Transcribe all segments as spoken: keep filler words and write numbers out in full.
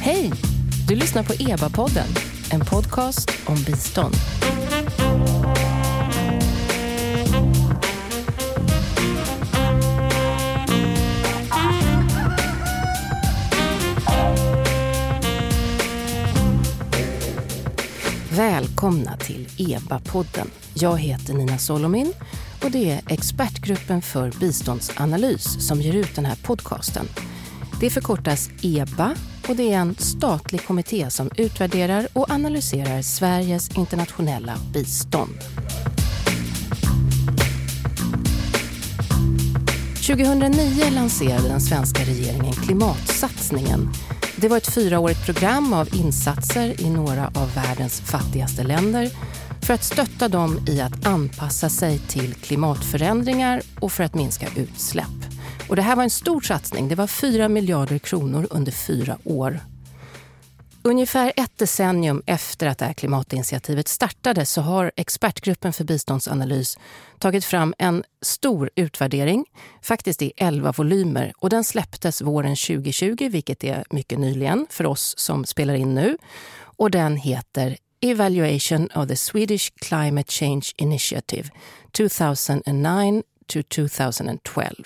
Hej! Du lyssnar på E B A-podden, en podcast om bistånd. Välkomna till E B A-podden. Jag heter Nina Solomin och det är expertgruppen för biståndsanalys som ger ut den här podcasten. Det förkortas E B A och det är en statlig kommitté som utvärderar och analyserar Sveriges internationella bistånd. tjugohundranio lanserade den svenska regeringen klimatsatsningen. Det var ett fyraårigt program av insatser i några av världens fattigaste länder för att stötta dem i att anpassa sig till klimatförändringar och för att minska utsläpp. Och det här var en stor satsning. Det var fyra miljarder kronor under fyra år. Ungefär ett decennium efter att det här klimatinitiativet startade så har expertgruppen för biståndsanalys tagit fram en stor utvärdering, faktiskt i elva volymer, och den släpptes våren tjugohundratjugo, vilket är mycket nyligen för oss som spelar in nu. Och den heter Evaluation of the Swedish Climate Change Initiative tjugohundranio till tjugotolv.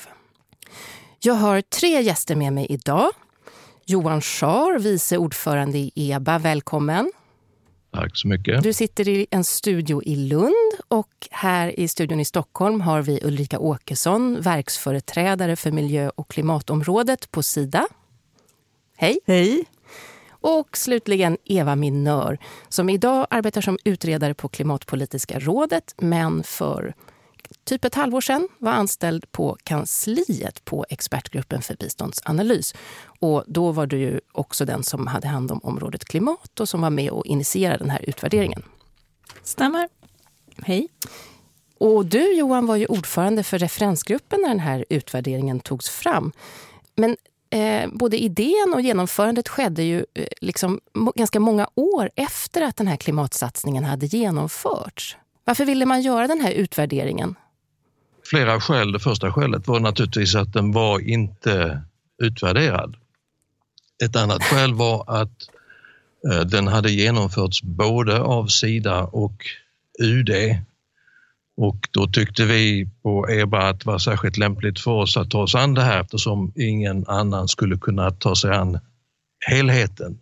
Jag har tre gäster med mig idag. Johan Schar, vice ordförande i E B A, välkommen. Tack så mycket. Du sitter i en studio i Lund och här i studion i Stockholm har vi Ulrika Åkesson, verksföreträdare för miljö- och klimatområdet på Sida. Hej. Hej. Och slutligen Eva Minör, som idag arbetar som utredare på Klimatpolitiska rådet, men för typ ett halvår sedan var anställd på kansliet på expertgruppen för biståndsanalys. Och då var du ju också den som hade hand om området klimat och som var med och initierade den här utvärderingen. Stämmer. Hej. Och du, Johan, var ju ordförande för referensgruppen när den här utvärderingen togs fram. Men eh, både idén och genomförandet skedde ju eh, liksom må- ganska många år efter att den här klimatsatsningen hade genomförts. Varför ville man göra den här utvärderingen? Flera skäl. Det första skälet var naturligtvis att den var inte utvärderad. Ett annat skäl var att eh, den hade genomförts både av Sida och U D. Och då tyckte vi på E B A att det var särskilt lämpligt för oss att ta oss an det här eftersom ingen annan skulle kunna ta sig an helheten.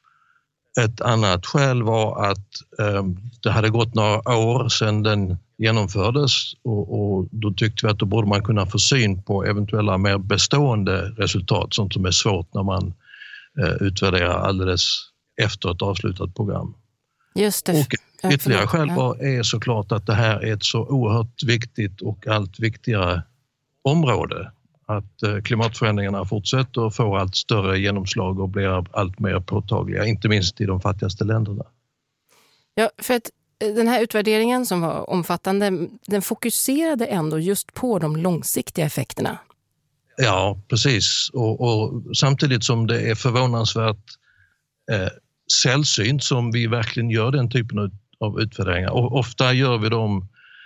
Ett annat skäl var att eh, det hade gått några år sedan den genomfördes och, och då tyckte vi att då borde man kunna få syn på eventuella mer bestående resultat, sånt som är svårt när man eh, utvärderar alldeles efter ett avslutat program. Just det. Och ytterligare skäl var, är såklart att det här är ett så oerhört viktigt och allt viktigare område. Att klimatförändringarna fortsätter och får allt större genomslag och blir allt mer påtagliga, inte minst i de fattigaste länderna. Ja, för att den här utvärderingen som var omfattande, den fokuserade ändå just på de långsiktiga effekterna. Ja, precis. Och, och samtidigt som det är förvånansvärt eh, sällsynt som vi verkligen gör den typen av utvärderingar. Och ofta gör vi dem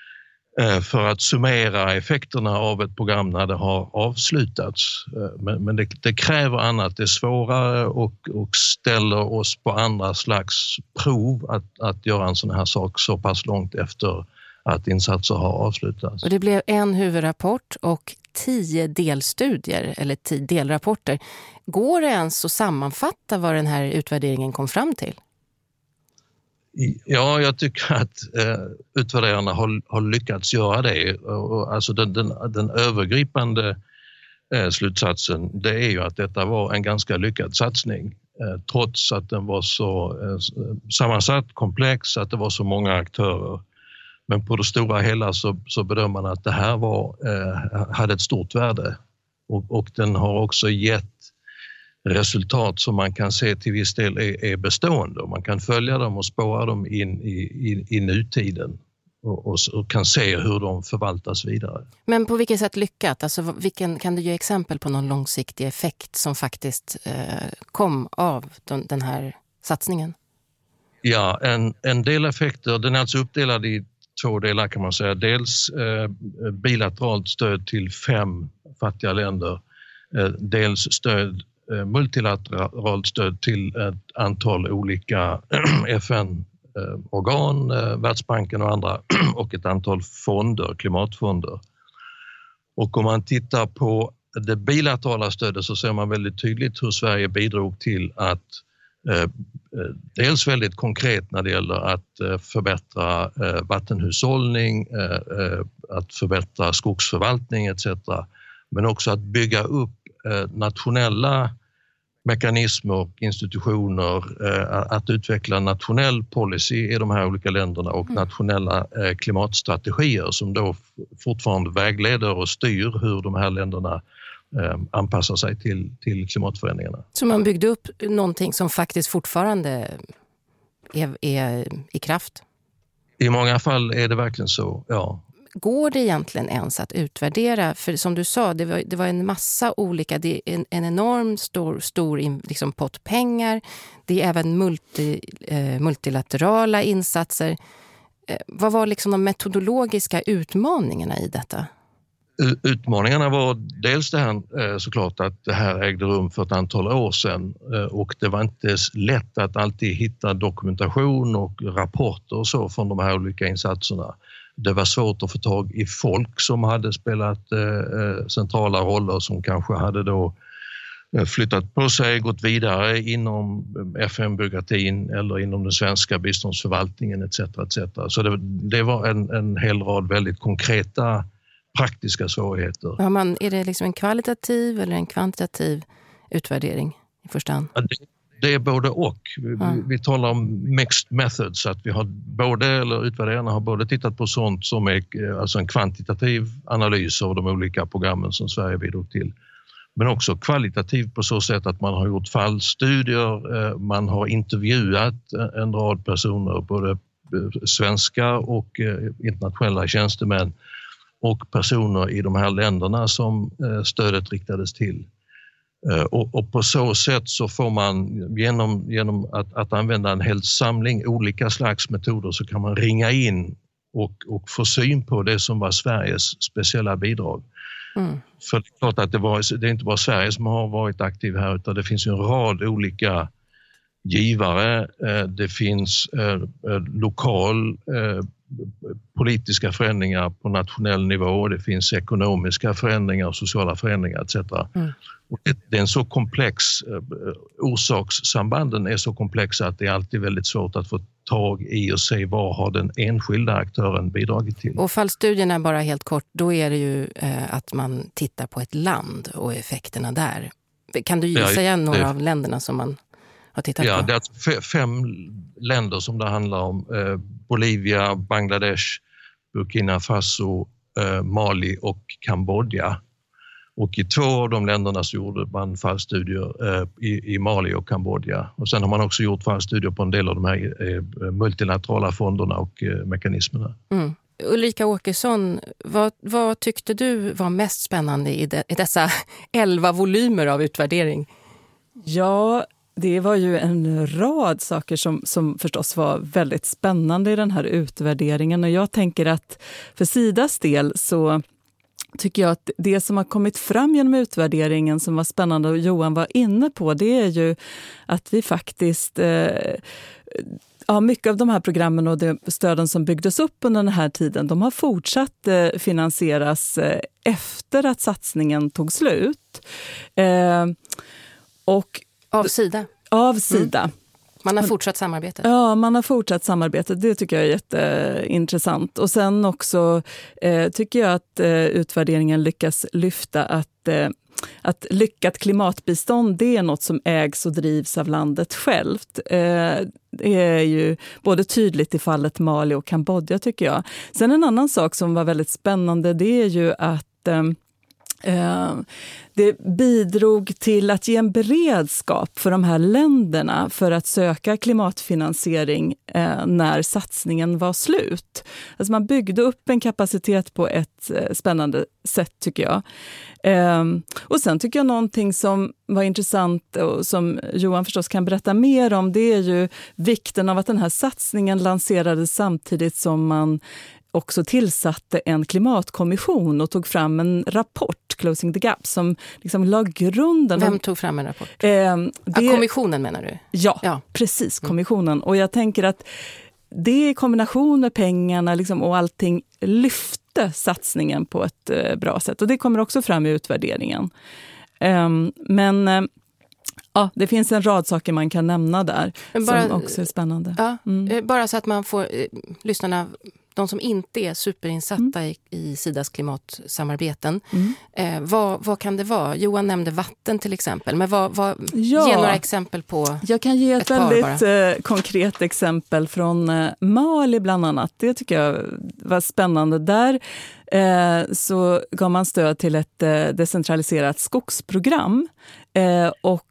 för att summera effekterna av ett program när det har avslutats. Men, men det, det kräver annat, det är svårare och, och ställer oss på andra slags prov att, att göra en sån här sak så pass långt efter att insatser har avslutats. Och det blev en huvudrapport och tio delstudier eller tio delrapporter. Går det ens att sammanfatta vad den här utvärderingen kom fram till? Ja, jag tycker att eh, utvärderarna har, har lyckats göra det. Och, alltså den, den, den övergripande eh, slutsatsen, det är ju att detta var en ganska lyckad satsning. Eh, trots att den var så eh, sammansatt, komplex, att det var så många aktörer. Men på det stora hela så, så bedömer man att det här var, eh, hade ett stort värde. Och, och den har också gett resultat som man kan se till viss del är, är bestående och man kan följa dem och spåra dem in i, i, i nutiden och, och, och kan se hur de förvaltas vidare. Men på vilket sätt lyckat? Alltså, vilken, kan du ge exempel på någon långsiktig effekt som faktiskt eh, kom av den, den här satsningen? Ja, en, en del effekter, den är alltså uppdelad i två delar kan man säga. Dels eh, bilateralt stöd till fem fattiga länder. Eh, dels stöd multilateralt stöd till ett antal olika F N-organ, Världsbanken och andra, och ett antal fonder, klimatfonder. Och om man tittar på det bilaterala stödet så ser man väldigt tydligt hur Sverige bidrog till att eh, dels väldigt konkret när det gäller att eh, förbättra eh, vattenhushållning, eh, att förbättra skogsförvaltning et cetera. Men också att bygga upp eh, nationella mekanismer och institutioner, eh, att utveckla nationell policy i de här olika länderna och mm. nationella eh, klimatstrategier som då fortfarande vägleder och styr hur de här länderna eh, anpassar sig till, till klimatförändringarna. Så man byggde upp någonting som faktiskt fortfarande är, är i kraft? I många fall är det verkligen så, ja. Går det egentligen ens att utvärdera? För som du sa, det var, det var en massa olika, det är en, en enorm stor, stor liksom, pott pengar. Det är även multi, eh, multilaterala insatser. Eh, vad var liksom de metodologiska utmaningarna i detta? Utmaningarna var dels det här, såklart att det här ägde rum för ett antal år sedan och det var inte lätt att alltid hitta dokumentation och rapporter och så från de här olika insatserna. Det var svårt att få tag i folk som hade spelat eh, centrala roller, som kanske hade då flyttat på sig, gått vidare inom F N-byråkratin eller inom den svenska biståndsförvaltningen et cetera et cetera. Så det, det var en, en hel rad väldigt konkreta praktiska svårigheter. Ja, man, är det liksom en kvalitativ eller en kvantitativ utvärdering i första hand? Ja, det, det är både och. Vi, ja. vi talar om mixed methods, att vi har både, eller utvärderarna har både tittat på sånt som är alltså en kvantitativ analys av de olika programmen som Sverige bidrog till. Men också kvalitativ på så sätt att man har gjort fallstudier, man har intervjuat en rad personer, både svenska och internationella tjänstemän och personer i de här länderna som stödet riktades till. Och, och på så sätt så får man genom, genom att, att använda en hel samling olika slags metoder så kan man ringa in och, och få syn på det som var Sveriges speciella bidrag. Mm. För det är klart att det, var, det är inte bara Sverige som har varit aktiv här, utan det finns en rad olika givare. Det finns lokal politiska förändringar på nationell nivå, det finns ekonomiska förändringar, sociala förändringar et cetera. Mm. Och det, det är en så komplex, orsakssambanden är så komplexa att det är alltid väldigt svårt att få tag i och se vad har den enskilda aktören bidragit till. Och fallstudierna, bara helt kort, då är det ju eh, att man tittar på ett land och effekterna där. Kan du ja, säga några det, av länderna som man har tittat ja, på? Det är fem länder som det handlar om. Eh, Bolivia, Bangladesh, Burkina Faso, eh, Mali och Kambodja. Och i två av de länderna så gjorde man fallstudier eh, i, i Mali och Kambodja. Och sen har man också gjort fallstudier på en del av de här eh, multilaterala fonderna och eh, mekanismerna. Mm. Ulrika Åkesson, vad, vad tyckte du var mest spännande i, de, i dessa elva volymer av utvärdering? Ja, det var ju en rad saker som, som förstås var väldigt spännande i den här utvärderingen. Och jag tänker att för Sidas del så tycker jag att det som har kommit fram genom utvärderingen som var spännande och Johan var inne på, det är ju att vi faktiskt... Eh, Ja, mycket av de här programmen och de stöden som byggdes upp under den här tiden, de har fortsatt eh, finansieras eh, efter att satsningen tog slut. Eh, och, av Sida? Av Sida. Mm. Man har fortsatt samarbete? Ja, man har fortsatt samarbete. Det tycker jag är jätteintressant. Och sen också eh, tycker jag att eh, utvärderingen lyckas lyfta att eh, Att lyckat klimatbistånd, det är något som ägs och drivs av landet självt. Det är ju både tydligt i fallet Mali och Kambodja tycker jag. Sen en annan sak som var väldigt spännande, det är ju att det bidrog till att ge en beredskap för de här länderna för att söka klimatfinansiering när satsningen var slut. Alltså man byggde upp en kapacitet på ett spännande sätt tycker jag. Och sen tycker jag någonting som var intressant och som Johan förstås kan berätta mer om, det är ju vikten av att den här satsningen lanserades samtidigt som man också tillsatte en klimatkommission och tog fram en rapport, Closing the Gap som liksom la grunden. Vem tog fram en rapport? Eh, det, ja, kommissionen menar du? Ja, ja. precis, kommissionen. Och jag tänker att det i kombination med pengarna liksom, och allting lyfte satsningen på ett eh, bra sätt. Och det kommer också fram i utvärderingen. Eh, men... Eh, Ja, det finns en rad saker man kan nämna där bara, som också är spännande. Ja, mm. Bara så att man får eh, lyssnarna, de som inte är superinsatta mm. i, i Sidas klimatsamarbeten. Mm. Eh, vad, vad kan det vara? Johan nämnde vatten till exempel. Men vad, vad, ja, ge några exempel på. Jag kan ge ett, ett väldigt eh, konkret exempel från eh, Mali bland annat. Det tycker jag var spännande. Där eh, så gav man stöd till ett eh, decentraliserat skogsprogram eh, och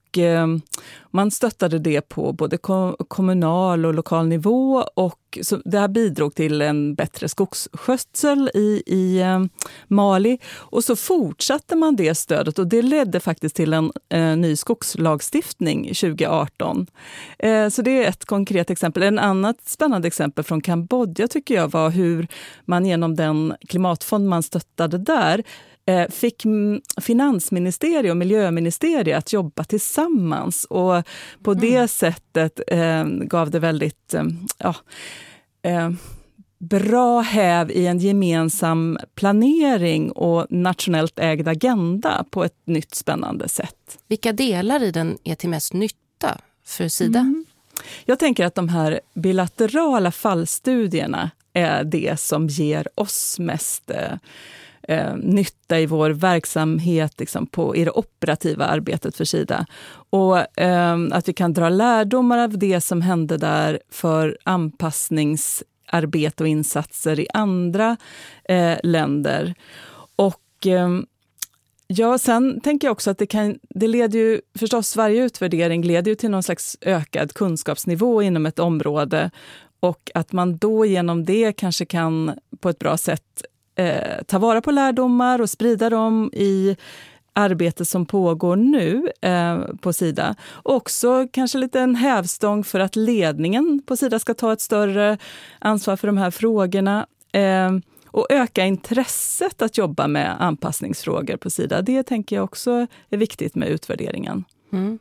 man stöttade det på både kommunal och lokal nivå och så det här bidrog till en bättre skogsskötsel i, i Mali. Och så fortsatte man det stödet och det ledde faktiskt till en eh, ny skogslagstiftning tjugo arton. Eh, så det är ett konkret exempel. En annat spännande exempel från Kambodja tycker jag var hur man genom den klimatfond man stöttade där fick finansministeriet och miljöministeriet att jobba tillsammans och på det mm. sättet eh, gav det väldigt eh, ja, eh, bra häv i en gemensam planering och nationellt ägd agenda på ett nytt spännande sätt. Vilka delar i den är till mest nytta för Sida? Mm. Jag tänker att de här bilaterala fallstudierna är det som ger oss mest eh, Eh, nytta i vår verksamhet liksom, på, i det operativa arbetet för Sida. Och eh, att vi kan dra lärdomar av det som hände där för anpassningsarbete och insatser i andra eh, länder. Och eh, ja, sen tänker jag också att det kan, det leder ju, förstås varje utvärdering leder ju till någon slags ökad kunskapsnivå inom ett område och att man då genom det kanske kan på ett bra sätt Eh, ta vara på lärdomar och sprida dem i arbete som pågår nu eh, på Sida. Också kanske lite en hävstång för att ledningen på Sida ska ta ett större ansvar för de här frågorna eh, och öka intresset att jobba med anpassningsfrågor på Sida. Det tänker jag också är viktigt med utvärderingen. Mm.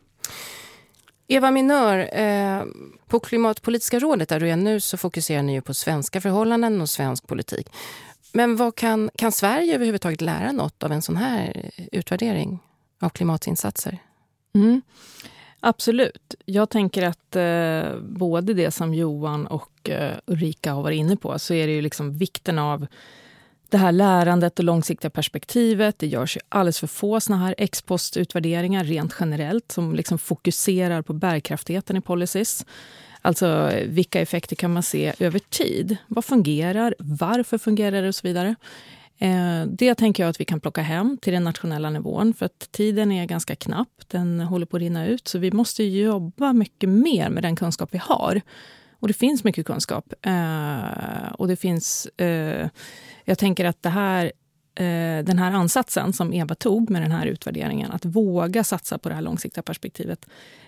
Eva Minör, eh, på Klimatpolitiska rådet där du är nu så fokuserar ni ju på svenska förhållanden och svensk politik. Men vad kan, kan Sverige överhuvudtaget lära något av en sån här utvärdering av klimatinsatser? Mm, absolut. Jag tänker att eh, både det som Johan och eh, Ulrika har varit inne på så är det ju liksom vikten av det här lärandet och långsiktiga perspektivet. Det görs ju alldeles för få såna här ex-post-utvärderingar rent generellt som liksom fokuserar på bärkraftigheten i policies. Alltså vilka effekter kan man se över tid? Vad fungerar? Varför fungerar det och så vidare? Eh, det tänker jag att vi kan plocka hem till den nationella nivån för att tiden är ganska knapp. Den håller på att rinna ut så vi måste jobba mycket mer med den kunskap vi har. Och det finns mycket kunskap. Eh, och det finns, eh, jag tänker att det här, eh, den här ansatsen som Eva tog med den här utvärderingen, att våga satsa på det här långsiktiga perspektivet,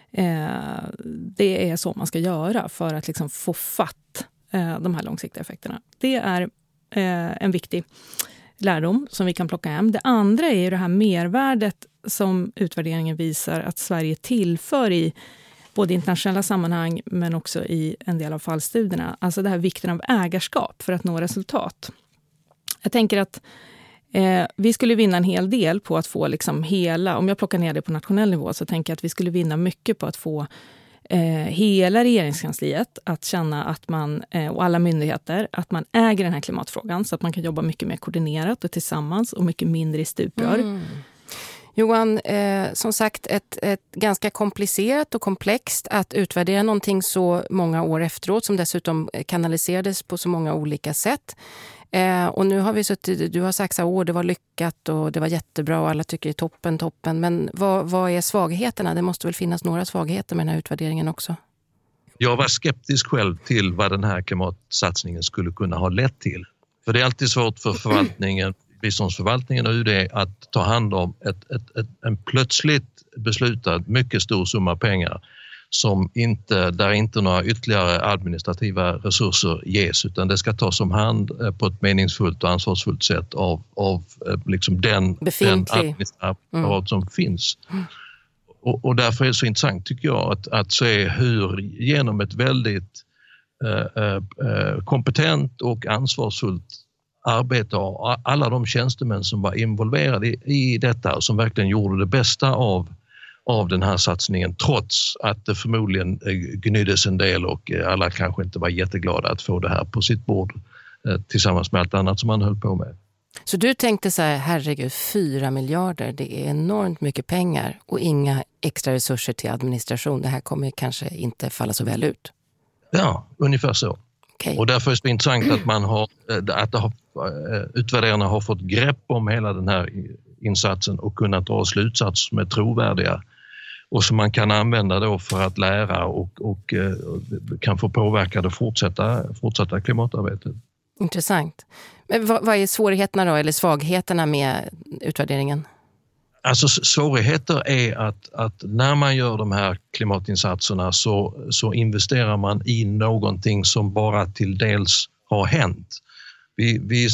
Eh, det är så man ska göra för att liksom få fatt eh, de här långsiktiga effekterna. Det är eh, en viktig lärdom som vi kan plocka hem. Det andra är ju det här mervärdet som utvärderingen visar att Sverige tillför i både internationella sammanhang men också i en del av fallstudierna. Alltså det här vikten av ägarskap för att nå resultat. Jag tänker att Eh, vi skulle vinna en hel del på att få liksom hela, om jag plockar ner det på nationell nivå så tänker jag att vi skulle vinna mycket på att få eh, hela regeringskansliet att känna att man, eh, och alla myndigheter, att man äger den här klimatfrågan så att man kan jobba mycket mer koordinerat och tillsammans och mycket mindre i stuprör. Mm. Johan, eh, som sagt ett, ett ganska komplicerat och komplext att utvärdera någonting så många år efteråt som dessutom kanaliserades på så många olika sätt. Eh, och nu har vi suttit, du har sagt att oh, det var lyckat och det var jättebra och alla tycker det är toppen, toppen. Men vad, vad är svagheterna? Det måste väl finnas några svagheter med den här utvärderingen också? Jag var skeptisk själv till vad den här klimatsatsningen skulle kunna ha lett till. För det är alltid svårt för förvaltningen, biståndsförvaltningen och U D att ta hand om ett, ett, ett, en plötsligt beslutad mycket stor summa pengar som inte, där inte några ytterligare administrativa resurser ges, utan det ska tas om hand på ett meningsfullt och ansvarsfullt sätt av, av liksom den, den administrativa mm. som finns. Mm. Och, och därför är det så intressant, tycker jag, att, att se hur genom ett väldigt eh, eh, kompetent och ansvarsfullt arbete av alla de tjänstemän som var involverade i, i detta och som verkligen gjorde det bästa av av den här satsningen, trots att det förmodligen gnyddes en del och alla kanske inte var jätteglada att få det här på sitt bord tillsammans med allt annat som man höll på med. Så du tänkte så här, herregud, fyra miljarder, det är enormt mycket pengar och inga extra resurser till administration. Det här kommer kanske inte falla så väl ut. Ja, ungefär så. Okay. Och därför är det intressant att man har, att det har, utvärderarna har fått grepp om hela den här insatsen och kunnat dra slutsatser som är trovärdiga och som man kan använda då för att lära och, och, och kan få påverka det fortsätta, fortsätta klimatarbetet. Intressant. Men vad, vad är svårigheterna då, eller svagheterna med utvärderingen? Alltså svårigheter är att, att när man gör de här klimatinsatserna så, så investerar man i någonting som bara till dels har hänt. Vi, vi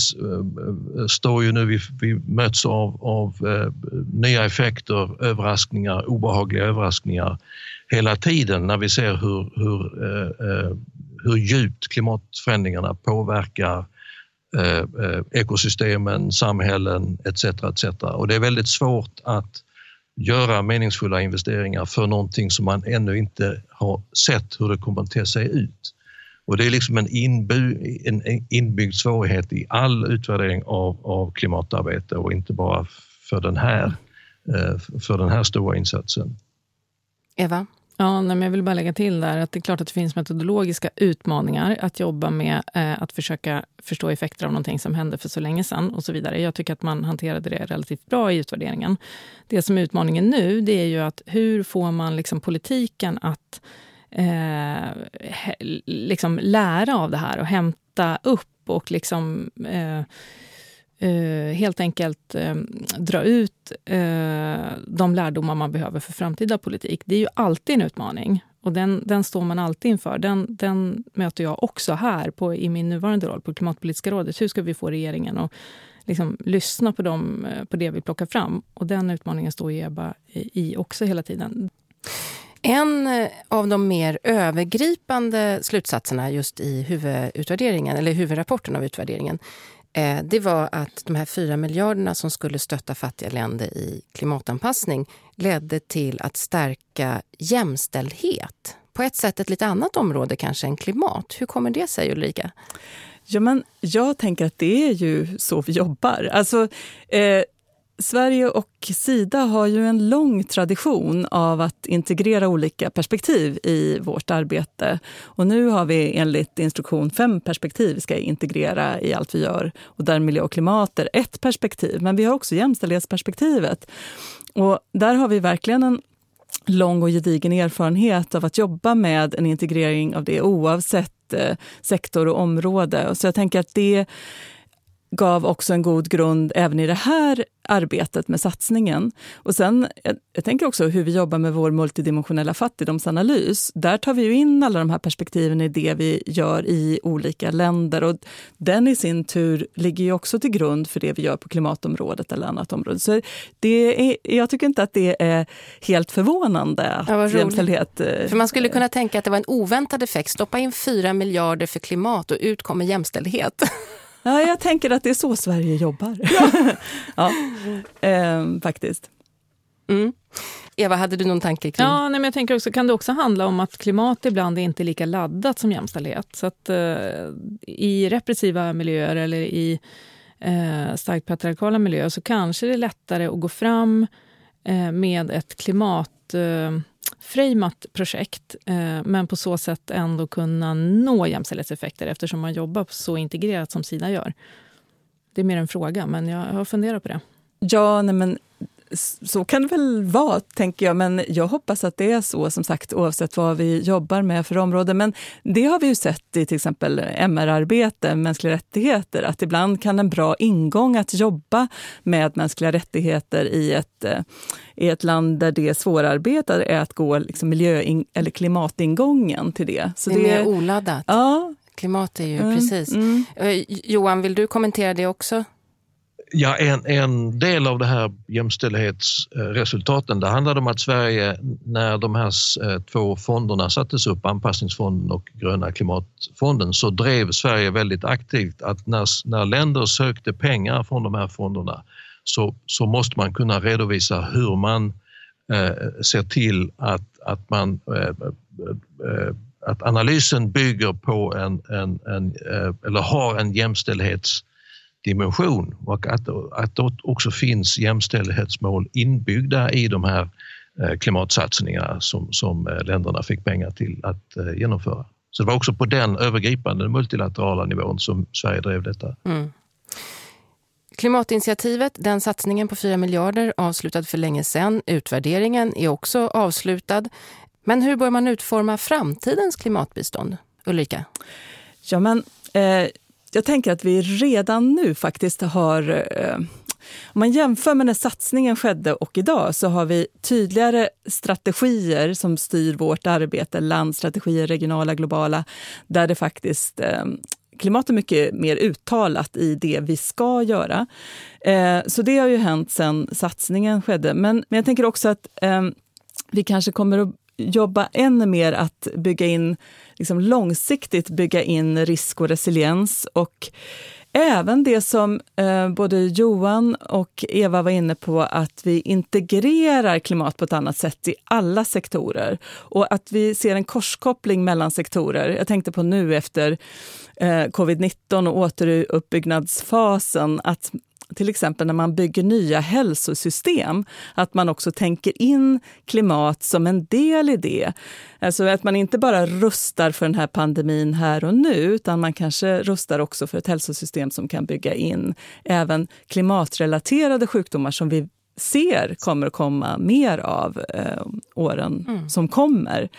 står ju nu, vi, vi möts av, av eh, nya effekter, överraskningar, obehagliga överraskningar hela tiden när vi ser hur, hur, eh, hur djupt klimatförändringarna påverkar eh, ekosystemen, samhällen et cetera et cetera. Och det är väldigt svårt att göra meningsfulla investeringar för någonting som man ännu inte har sett hur det kommer att te sig ut. Och det är liksom en, inby, en inbyggd svårighet i all utvärdering av, av klimatarbete och inte bara för den här, för den här stora insatsen. Eva? Ja, men jag vill bara lägga till där att det är klart att det finns metodologiska utmaningar att jobba med eh, att försöka förstå effekter av någonting som hände för så länge sedan och så vidare. Jag tycker att man hanterade det relativt bra i utvärderingen. Det som är utmaningen nu, det är ju att hur får man liksom politiken att Eh, liksom lära av det här och hämta upp och liksom eh, eh, helt enkelt eh, dra ut eh, de lärdomar man behöver för framtida politik. Det är ju alltid en utmaning och den, den står man alltid inför. Den, den möter jag också här på, i min nuvarande roll på Klimatpolitiska rådet. Hur ska vi få regeringen att liksom lyssna på, dem, på det vi plockar fram? Och den utmaningen står ju Ebba i också hela tiden. En av de mer övergripande slutsatserna just i huvudutvärderingen, eller huvudrapporten av utvärderingen, det var att de här fyra miljarderna som skulle stötta fattiga länder i klimatanpassning ledde till att stärka jämställdhet. På ett sätt ett lite annat område kanske än klimat. Hur kommer det sig, Ulrika? Ja, men jag tänker att det är ju så vi jobbar. Alltså... Eh, Sverige och Sida har ju en lång tradition av att integrera olika perspektiv i vårt arbete. Och nu har vi enligt instruktion fem perspektiv vi ska integrera i allt vi gör. Och där miljö och klimat är ett perspektiv. Men vi har också jämställdhetsperspektivet. Och där har vi verkligen en lång och gedigen erfarenhet av att jobba med en integrering av det oavsett eh, sektor och område. Så jag tänker att det gav också en god grund även i det här arbetet med satsningen. Och sen, jag, jag tänker också hur vi jobbar med vår multidimensionella fattigdomsanalys. Där tar vi ju in alla de här perspektiven i det vi gör i olika länder. Och den i sin tur ligger ju också till grund för det vi gör på klimatområdet eller annat område. Så det är, jag tycker inte att det är helt förvånande. Ja, vad jämställdhet. För man skulle kunna tänka att det var en oväntad effekt. Stoppa in fyra miljarder för klimat och ut kommer jämställdhet. Ja, jag tänker att det är så Sverige jobbar. Ja, ja eh, faktiskt. Mm. Eva, hade du någon tanke kring? Ja, nej, men jag tänker också, kan det också handla om att klimat ibland är inte lika laddat som jämställdhet. Så att eh, i repressiva miljöer eller i eh, starkt patriarkala miljöer så kanske det är lättare att gå fram eh, med ett klimat... Eh, framat projekt, eh, men på så sätt ändå kunna nå jämställdhetseffekter eftersom man jobbar så integrerat som Sida gör. Det är mer en fråga, men jag har funderat på det. Ja, nej, men så kan det väl vara, tänker jag. Men jag hoppas att det är så, som sagt, oavsett vad vi jobbar med för områden. Men det har vi ju sett i till exempel M R-arbete, mänskliga rättigheter, att ibland kan en bra ingång att jobba med mänskliga rättigheter i ett, i ett land där det är svårarbetat är att gå liksom miljö- eller klimatingången till det. Så det är det mer oladdat. Ja. Klimat är ju Mm, precis. mm. Johan, vill du kommentera det också? Ja, en, en del av det här jämställdhetsresultaten, det handlade om att Sverige, när de här två fonderna sattes upp, anpassningsfonden och gröna klimatfonden, så drev Sverige väldigt aktivt att när, när länder sökte pengar från de här fonderna så, så måste man kunna redovisa hur man eh, ser till att, att, man, eh, eh, att analysen bygger på en, en, en eh, eller har en jämställdhets dimension och att, att det också finns jämställdhetsmål inbyggda i de här klimatsatsningarna som, som länderna fick pengar till att genomföra. Så det var också på den övergripande multilaterala nivån som Sverige drev detta. Mm. Klimatinitiativet, den satsningen på fyra miljarder, avslutad för länge sedan. Utvärderingen är också avslutad. Men hur bör man utforma framtidens klimatbistånd? Ulrika? Ja, men... Eh... Jag tänker att vi redan nu faktiskt har, eh, om man jämför med när satsningen skedde och idag, så har vi tydligare strategier som styr vårt arbete, landstrategier, regionala, globala, där det faktiskt eh, klimat är mycket mer uttalat i det vi ska göra. Eh, så det har ju hänt sedan satsningen skedde. Men, men jag tänker också att eh, vi kanske kommer att jobba ännu mer att bygga in, liksom långsiktigt bygga in risk och resiliens, och även det som eh, både Johan och Eva var inne på, att vi integrerar klimat på ett annat sätt i alla sektorer och att vi ser en korskoppling mellan sektorer. Jag tänkte på nu efter eh, covid nitton och återuppbyggnadsfasen, att till exempel när man bygger nya hälsosystem, att man också tänker in klimat som en del i det. Alltså att man inte bara rustar för den här pandemin här och nu, utan man kanske rustar också för ett hälsosystem som kan bygga in även klimatrelaterade sjukdomar som vi ser kommer att komma mer av eh, åren mm. som kommer.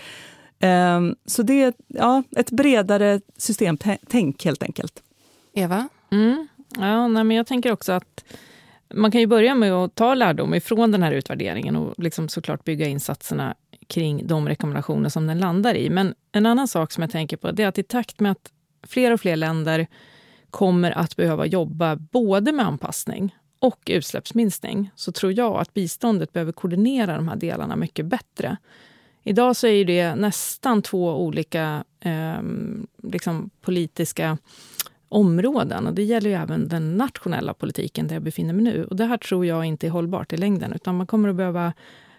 Eh, så det är ja, ett bredare systemtänk helt enkelt. Eva? Mm. Ja, nej, men jag tänker också att man kan ju börja med att ta lärdom ifrån den här utvärderingen och liksom såklart bygga insatserna kring de rekommendationer som den landar i. Men en annan sak som jag tänker på, det är att i takt med att fler och fler länder kommer att behöva jobba både med anpassning och utsläppsminskning, så tror jag att biståndet behöver koordinera de här delarna mycket bättre. Idag så är det nästan två olika eh, liksom politiska områden, och det gäller ju även den nationella politiken där jag befinner mig nu. Och det här tror jag inte är hållbart i längden, utan man kommer att behöva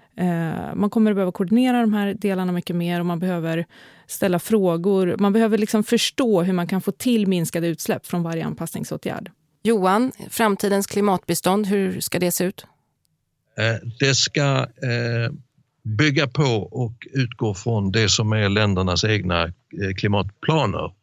eh, man kommer att behöva koordinera de här delarna mycket mer, och man behöver ställa frågor. Man behöver liksom förstå hur man kan få till minskade utsläpp från varje anpassningsåtgärd. Johan, framtidens klimatbistånd, hur ska det se ut? Eh, det ska eh, bygga på och utgå från det som är ländernas egna eh, klimatplaner.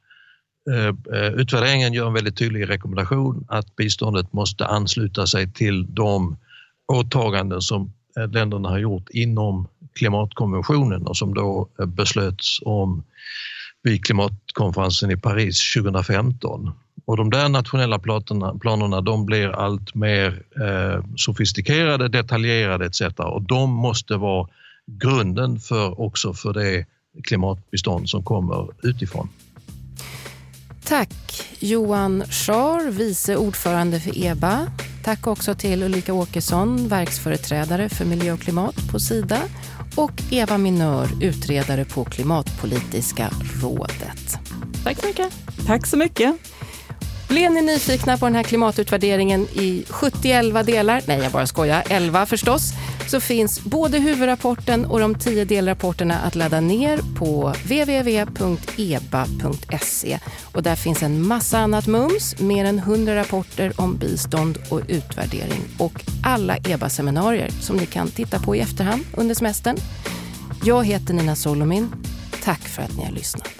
Utvärderingen gör en väldigt tydlig rekommendation att biståndet måste ansluta sig till de åtaganden som länderna har gjort inom klimatkonventionen och som då beslöts om vid klimatkonferensen i Paris tjugohundrafemton. Och de där nationella planerna, planerna de blir allt mer eh, sofistikerade, detaljerade et cetera. Och de måste vara grunden för också för det klimatbistånd som kommer utifrån. Tack Johan Schar, vice ordförande för E B A. Tack också till Ulrika Åkesson, verksföreträdare för miljö och klimat på Sida, och Eva Minör, utredare på Klimatpolitiska rådet. Tack så mycket. Tack så mycket. Blev ni nyfikna på den här klimatutvärderingen i sjuttioelva delar? Nej, jag bara skojar. elva förstås. Så finns både huvudrapporten och de tio delrapporterna att ladda ner på w w w punkt e b a punkt s e. Och där finns en massa annat mums, mer än hundra rapporter om bistånd och utvärdering och alla E B A-seminarier som ni kan titta på i efterhand under semestern. Jag heter Nina Solomin. Tack för att ni har lyssnat.